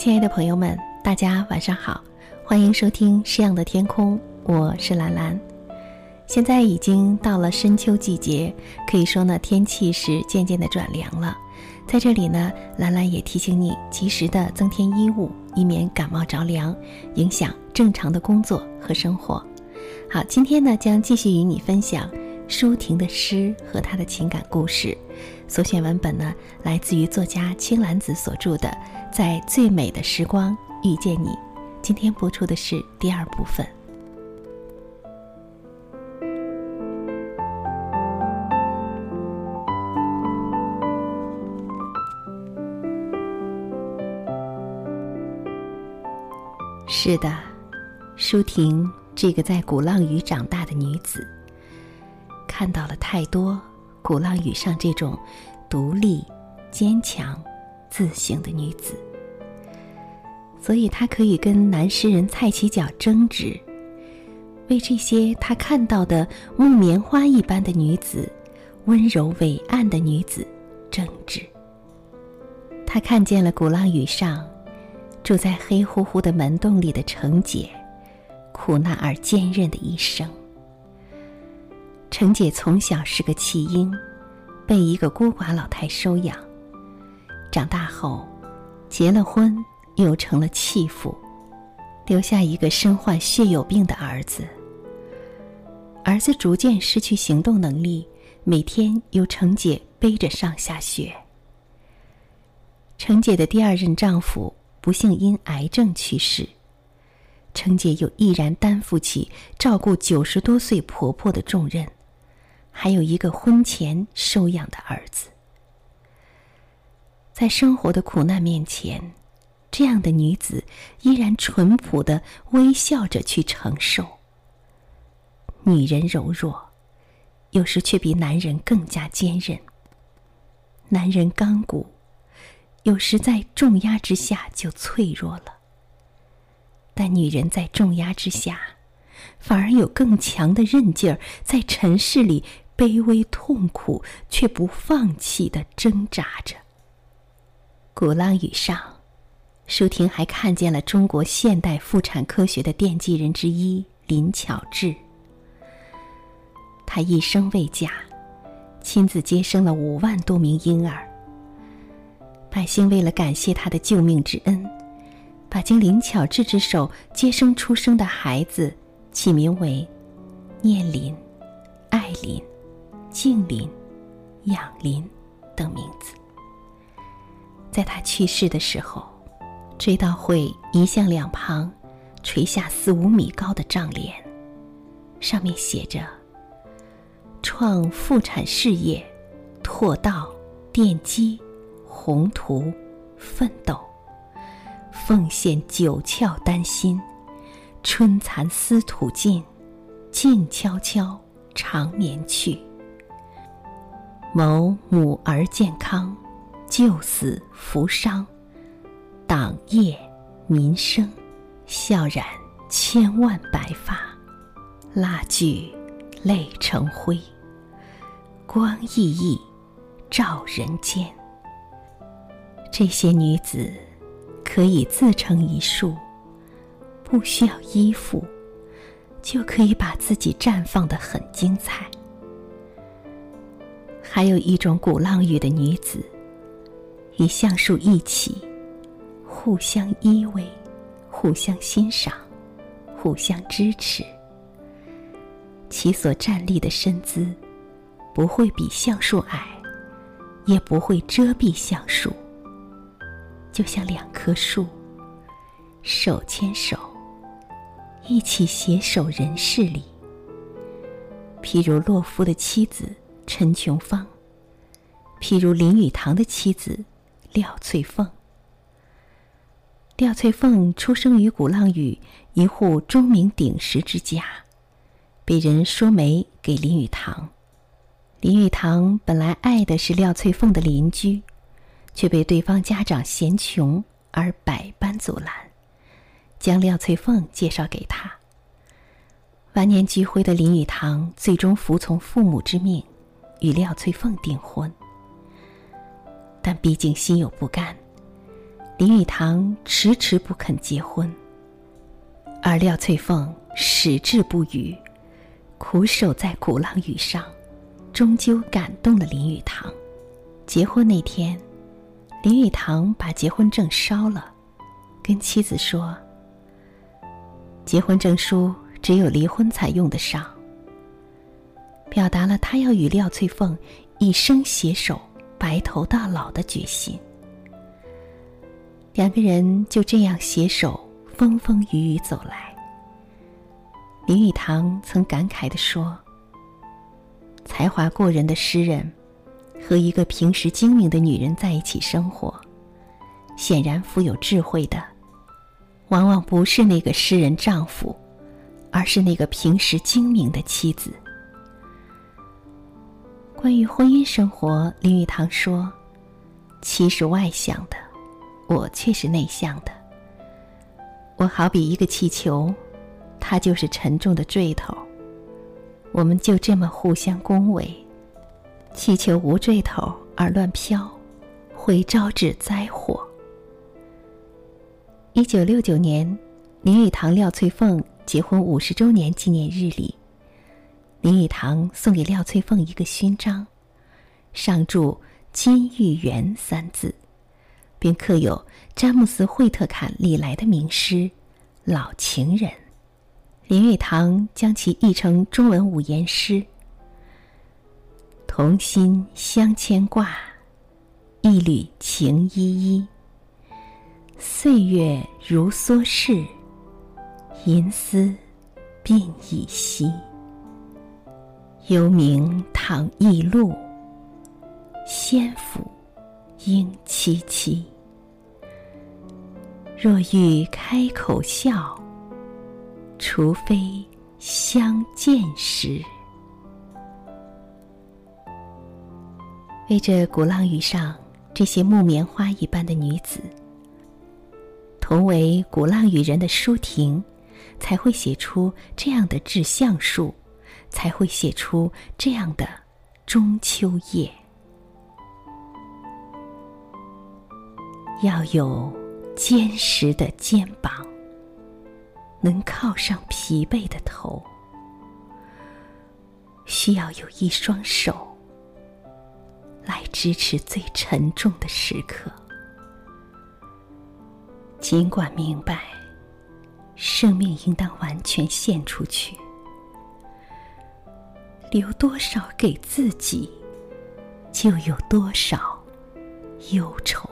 亲爱的朋友们，大家晚上好，欢迎收听诗样的天空，我是兰兰。现在已经到了深秋季节，可以说呢，天气是渐渐的转凉了。在这里呢，兰兰也提醒你及时的增添衣物，以免感冒着凉，影响正常的工作和生活。好，今天呢，将继续与你分享舒婷的诗和她的情感故事。所选文本呢，来自于作家青兰子所著的《在最美的时光遇见你》。今天播出的是第二部分。是的，舒婷这个在鼓浪屿长大的女子，看到了太多鼓浪屿上这种独立、坚强、自省的女子，所以她可以跟男诗人蔡其角争执，为这些她看到的木棉花一般的女子、温柔伟岸的女子争执。她看见了鼓浪屿上住在黑乎乎的门洞里的程姐苦难而坚韧的一生。程姐从小是个弃婴，被一个孤寡老太收养，长大后结了婚，又成了弃妇，留下一个身患血友病的儿子。儿子逐渐失去行动能力，每天由程姐背着上下学。程姐的第二任丈夫不幸因癌症去世，程姐又毅然担负起照顾90多岁婆婆的重任，还有一个婚前收养的儿子。在生活的苦难面前，这样的女子依然淳朴地微笑着去承受。女人柔弱，有时却比男人更加坚韧；男人刚骨，有时在重压之下就脆弱了。但女人在重压之下，反而有更强的韧劲儿，在尘世里卑微痛苦却不放弃地挣扎着。鼓浪屿上，舒婷还看见了中国现代妇产科学的奠基人之一林巧稚。她一生未嫁，亲自接生了5万多名婴儿。百姓为了感谢她的救命之恩，把经林巧稚之手接生出生的孩子起名为念林、爱林、静林、养林等名字。在他去世的时候，追悼会一向两旁垂下4、5米高的帐帘，上面写着：创妇产事业，拓道奠基，宏图奋斗，奉献9窍丹心，春蚕丝土尽，静悄悄长眠去。谋母儿健康，救死扶伤，党业民生，笑染千万白发，蜡炬泪成灰，光熠熠照人间。这些女子可以自成一树，不需要依附，就可以把自己绽放得很精彩。还有一种鼓浪屿的女子，与橡树一起，互相依偎，互相欣赏，互相支持。其所站立的身姿，不会比橡树矮，也不会遮蔽橡树，就像2棵树，手牵手，一起携手人世里。譬如洛夫的妻子陈琼芳，譬如林语堂的妻子廖翠凤。廖翠凤出生于鼓浪屿一户钟鸣鼎食之家，被人说媒给林语堂。林语堂本来爱的是廖翠凤的邻居，却被对方家长嫌穷而百般阻拦，将廖翠凤介绍给他。晚年居灰的林语堂最终服从父母之命，与廖翠凤订婚。但毕竟心有不甘， 林语堂迟迟不肯结婚，而廖翠凤矢志不渝，苦守在鼓浪屿上，终究感动了林语堂。结婚那天，林语堂把结婚证烧了，跟妻子说，结婚证书只有离婚才用得上，表达了他要与廖翠凤一生携手白头到老的决心。两个人就这样携手风风雨雨走来。林语堂曾感慨地说，才华过人的诗人和一个平时精明的女人在一起生活，显然富有智慧的往往不是那个诗人丈夫，而是那个平时精明的妻子。关于婚姻生活，林语堂说，妻是外向的，我却是内向的。我好比一个气球，他就是沉重的坠头，我们就这么互相恭维。气球无坠头而乱飘，会招致灾祸。1969年，林语堂廖翠凤结婚50周年纪念日里，林语堂送给廖翠凤一个勋章，上注金玉缘3字，并刻有詹姆斯·惠特坎历来的名诗老情人。林语堂将其译成中文5言诗，同心相牵挂，一缕情依依，岁月如梭逝，银丝鬓已稀。幽冥倘异路，仙府应萋萋。若欲开口笑，除非相见时。为这鼓浪屿上这些木棉花一般的女子，同为鼓浪屿人的舒婷才会写出这样的致橡树，才会写出这样的中秋夜。要有坚实的肩膀，能靠上疲惫的头，需要有一双手来支持最沉重的时刻。尽管明白生命应当完全献出去，留多少给自己，就有多少忧愁。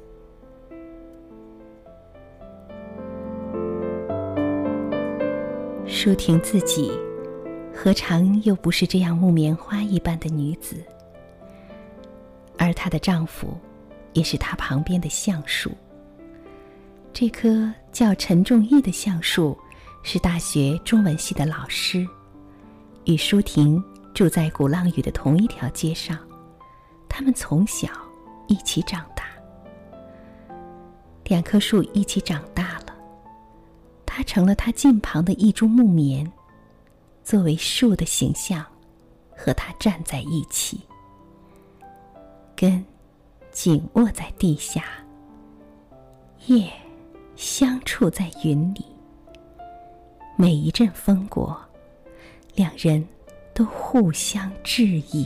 舒婷自己何尝又不是这样木棉花一般的女子，而她的丈夫也是她旁边的橡树。这棵叫陈仲义的橡树是大学中文系的老师，与舒婷住在鼓浪屿的同一条街上，他们从小一起长大。2棵树一起长大了，它成了他近旁的一株木棉，作为树的形象和他站在一起，根紧握在地下，叶相触在云里。每一阵风过，两人都互相致意。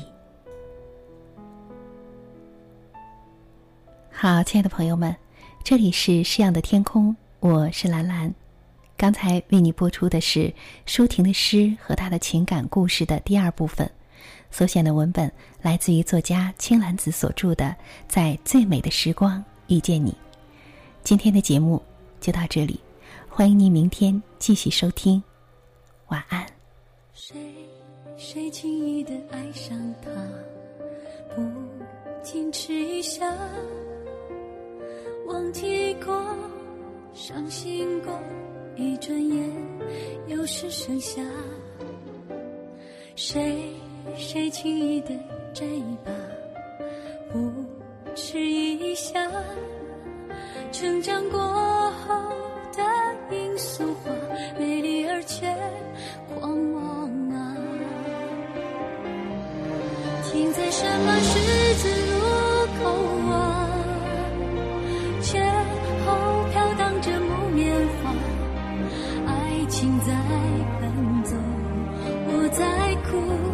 好，亲爱的朋友们，这里是诗样的天空，我是兰兰。刚才为你播出的是舒婷的诗和她的情感故事的第2部分，所选的文本来自于作家青兰子所著的《在最美的时光遇见你》。今天的节目就到这里，欢迎您明天继续收听，晚安。 谁轻易地爱上他，不矜持一下，忘记过，伤心过，一转眼又是盛夏。谁轻易地摘一把，不迟一下，成长过后的罂粟花，美丽而却狂妄啊。停在什么十字路口啊，却情在奔走，我在哭。